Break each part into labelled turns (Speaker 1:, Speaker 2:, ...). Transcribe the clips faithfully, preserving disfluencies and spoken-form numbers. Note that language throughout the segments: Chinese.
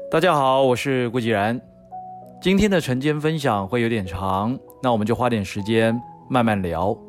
Speaker 1: 大家好，我是顾继然。今天的晨间分享会有点长，那我们就花点时间慢慢聊。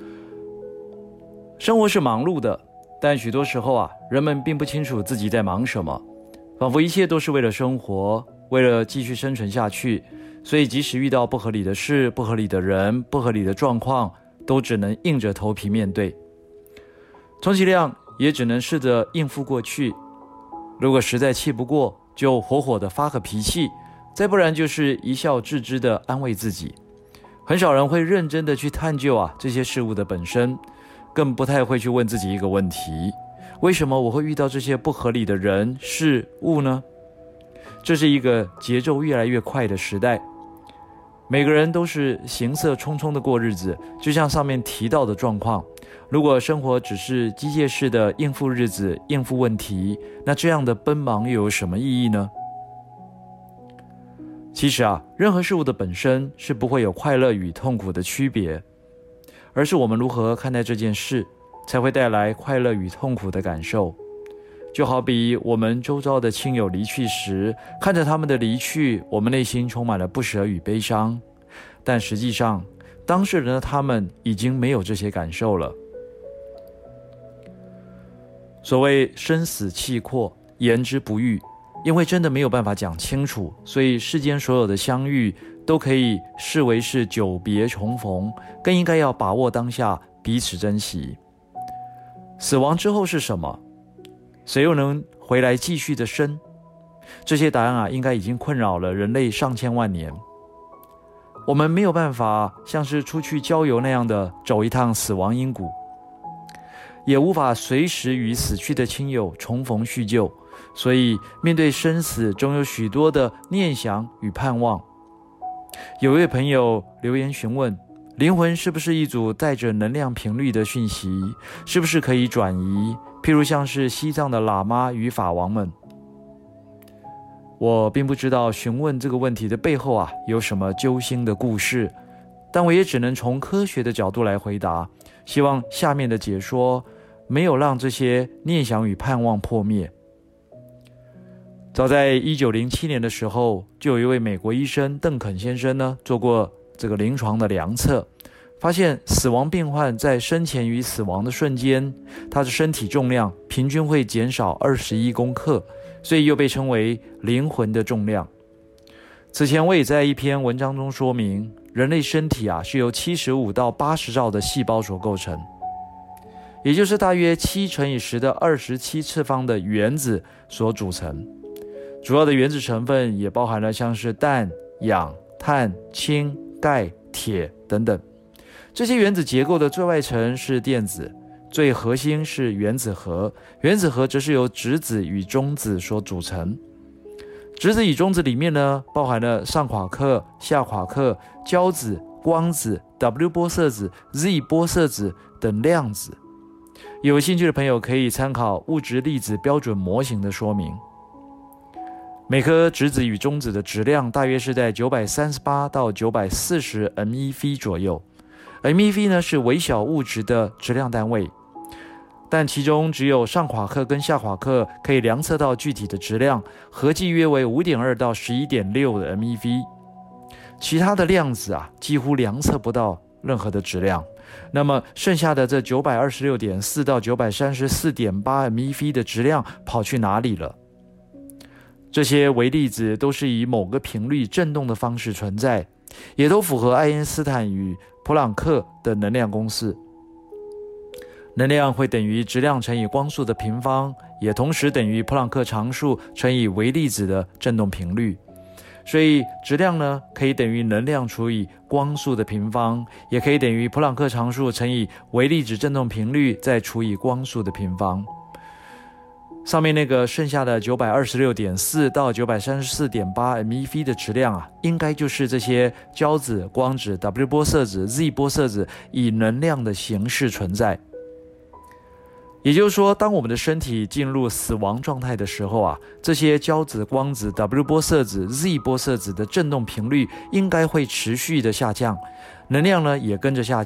Speaker 1: 生活是忙碌的，但许多时候啊，人们并不清楚自己在忙什么，仿佛一切都是为了生活，为了继续生存下去，所以即使遇到不合理的事、不合理的人、不合理的状况，都只能硬着头皮面对。充其量也只能试着应付过去，如果实在气不过，就火火的发个脾气，再不然就是一笑置之的安慰自己。很少人会认真的去探究啊这些事物的本身，更不太会去问自己一个问题：为什么我会遇到这些不合理的人事物呢？这是一个节奏越来越快的时代，每个人都是行色匆匆的过日子，就像上面提到的状况。如果生活只是机械式的应付日子、应付问题，那这样的奔忙又有什么意义呢？其实啊，任何事物的本身是不会有快乐与痛苦的区别，而是我们如何看待这件事，才会带来快乐与痛苦的感受。就好比我们周遭的亲友离去时，看着他们的离去，我们内心充满了不舍与悲伤，但实际上，当事人的他们已经没有这些感受了。所谓生死契阔，言之不预，因为真的没有办法讲清楚，所以世间所有的相遇都可以视为是久别重逢，更应该要把握当下，彼此珍惜。死亡之后是什么？谁又能回来继续的生？这些答案啊，应该已经困扰了人类上千万年。我们没有办法像是出去郊游那样的走一趟死亡阴谷，也无法随时与死去的亲友重逢叙旧，所以面对生死，总有许多的念想与盼望。有一位朋友留言询问，灵魂是不是一组带着能量频率的讯息，是不是可以转移，譬如像是西藏的喇嘛与法王们。我并不知道询问这个问题的背后啊有什么揪心的故事，但我也只能从科学的角度来回答，希望下面的解说没有让这些念想与盼望破灭。早在一九零七年的时候，就有一位美国医生邓肯先生呢做过这个临床的量测，发现死亡病患在生前与死亡的瞬间，他的身体重量平均会减少二十一公克，所以又被称为灵魂的重量。此前我也在一篇文章中说明，人类身体啊是由七十五到八十兆的细胞所构成，也就是大约七乘以十的二十七次方的原子所组成。主要的原子成分也包含了像是氮、氧、碳、氢、钙、铁等等。这些原子结构的最外层是电子，最核心是原子核，原子核则是由质子与中子所组成。质子与中子里面呢，包含了上夸克、下夸克、胶子、光子、W 波色子、Z 波色子等量子。有兴趣的朋友可以参考物质粒子标准模型的说明。每颗质子与中子的质量大约是在九百三十八到九百四十 M E V 左右。M E V 呢是微小物质的质量单位，但其中只有上夸克跟下夸克可以量测到具体的质量，合计约为 五点二到十一点六 的 M E V。 其他的量子啊几乎量测不到任何的质量，那么剩下的这 九百二十六点四 到 九百三十四点八 M E V 的质量跑去哪里了？这些微粒子都是以某个频率振动的方式存在，也都符合爱因斯坦与普朗克的能量公式。能量会等于质量乘以光速的平方，也同时等于普朗克常数乘以微粒子的振动频率。所以质量呢可以等于能量除以光速的平方，也可以等于普朗克常数乘以微粒子振动频率再除以光速的平方。上面那个剩下的 九百二十六点四 到 九百三十四点八 M E V 的质量啊，应该就是这些胶子、光子、W 波色子、Z 波色子以能量的形式存在。也就是说，当我们的身体进入死亡状态的时候啊，这些胶子、光子、W 波色子、Z 波色子的振动频率应该会持续的下降，能量呢也跟着下降，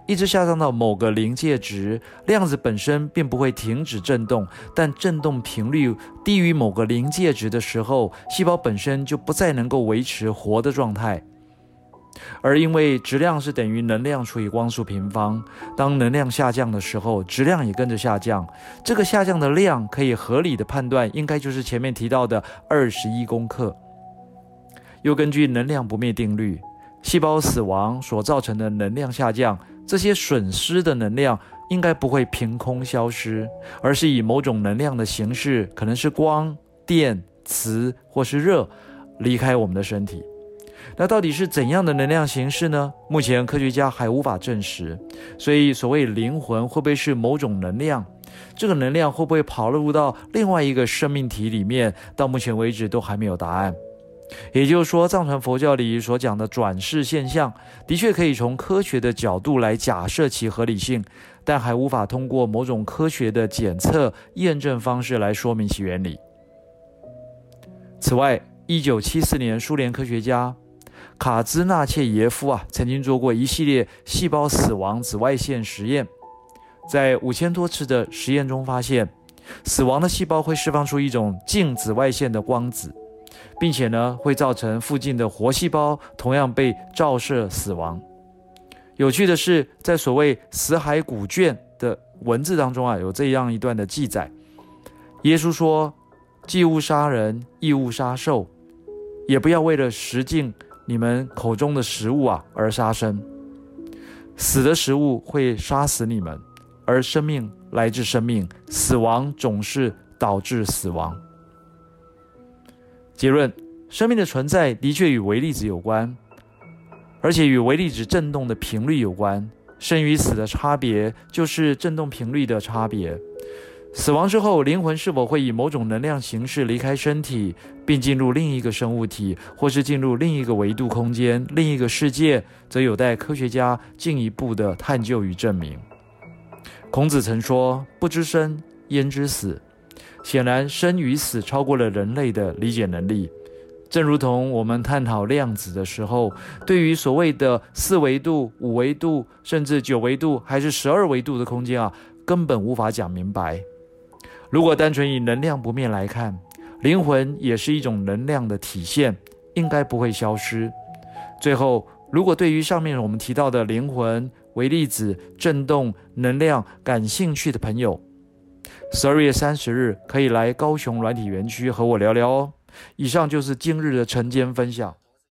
Speaker 1: 一直下降到某个临界值，量子本身并不会停止振动，但振动频率低于某个临界值的时候，细胞本身就不再能够维持活的状态。而因为质量是等于能量除以光速平方，当能量下降的时候，质量也跟着下降。这个下降的量可以合理的判断，应该就是前面提到的二十一公克。又根据能量不灭定律，细胞死亡所造成的能量下降，这些损失的能量应该不会凭空消失，而是以某种能量的形式，可能是光、电、磁或是热，离开我们的身体。那到底是怎样的能量形式呢？目前科学家还无法证实。所以所谓灵魂会不会是某种能量？这个能量会不会跑入到另外一个生命体里面？到目前为止都还没有答案。也就是说，藏传佛教里所讲的转世现象，的确可以从科学的角度来假设其合理性，但还无法通过某种科学的检测验证方式来说明其原理。此外，一九七四年，苏联科学家卡兹纳切耶夫啊，曾经做过一系列细胞死亡紫外线实验。在五千多次的实验中发现，死亡的细胞会释放出一种近紫外线的光子，并且呢，会造成附近的活细胞同样被照射死亡。有趣的是，在所谓死海古卷的文字当中啊，有这样一段的记载：耶稣说，既勿杀人，亦勿杀兽，也不要为了食尽你们口中的食物啊而杀生。死的食物会杀死你们，而生命来自生命，死亡总是导致死亡。结论：生命的存在的确与微粒子有关，而且与微粒子振动的频率有关。生与死的差别就是振动频率的差别。死亡之后，灵魂是否会以某种能量形式离开身体，并进入另一个生物体，或是进入另一个维度空间、另一个世界，则有待科学家进一步的探究与证明。孔子曾说：“不知生，焉知死？”显然，生与死超过了人类的理解能力。正如同我们探讨量子的时候，对于所谓的四维度、五维度，甚至九维度还是十二维度的空间啊，根本无法讲明白。如果单纯以能量不灭来看，灵魂也是一种能量的体现，应该不会消失。最后，如果对于上面我们提到的灵魂、微粒子、振动、能量感兴趣的朋友，十二月三十日可以来高雄软体园区和我聊聊哦。以上就是今日的晨间分享。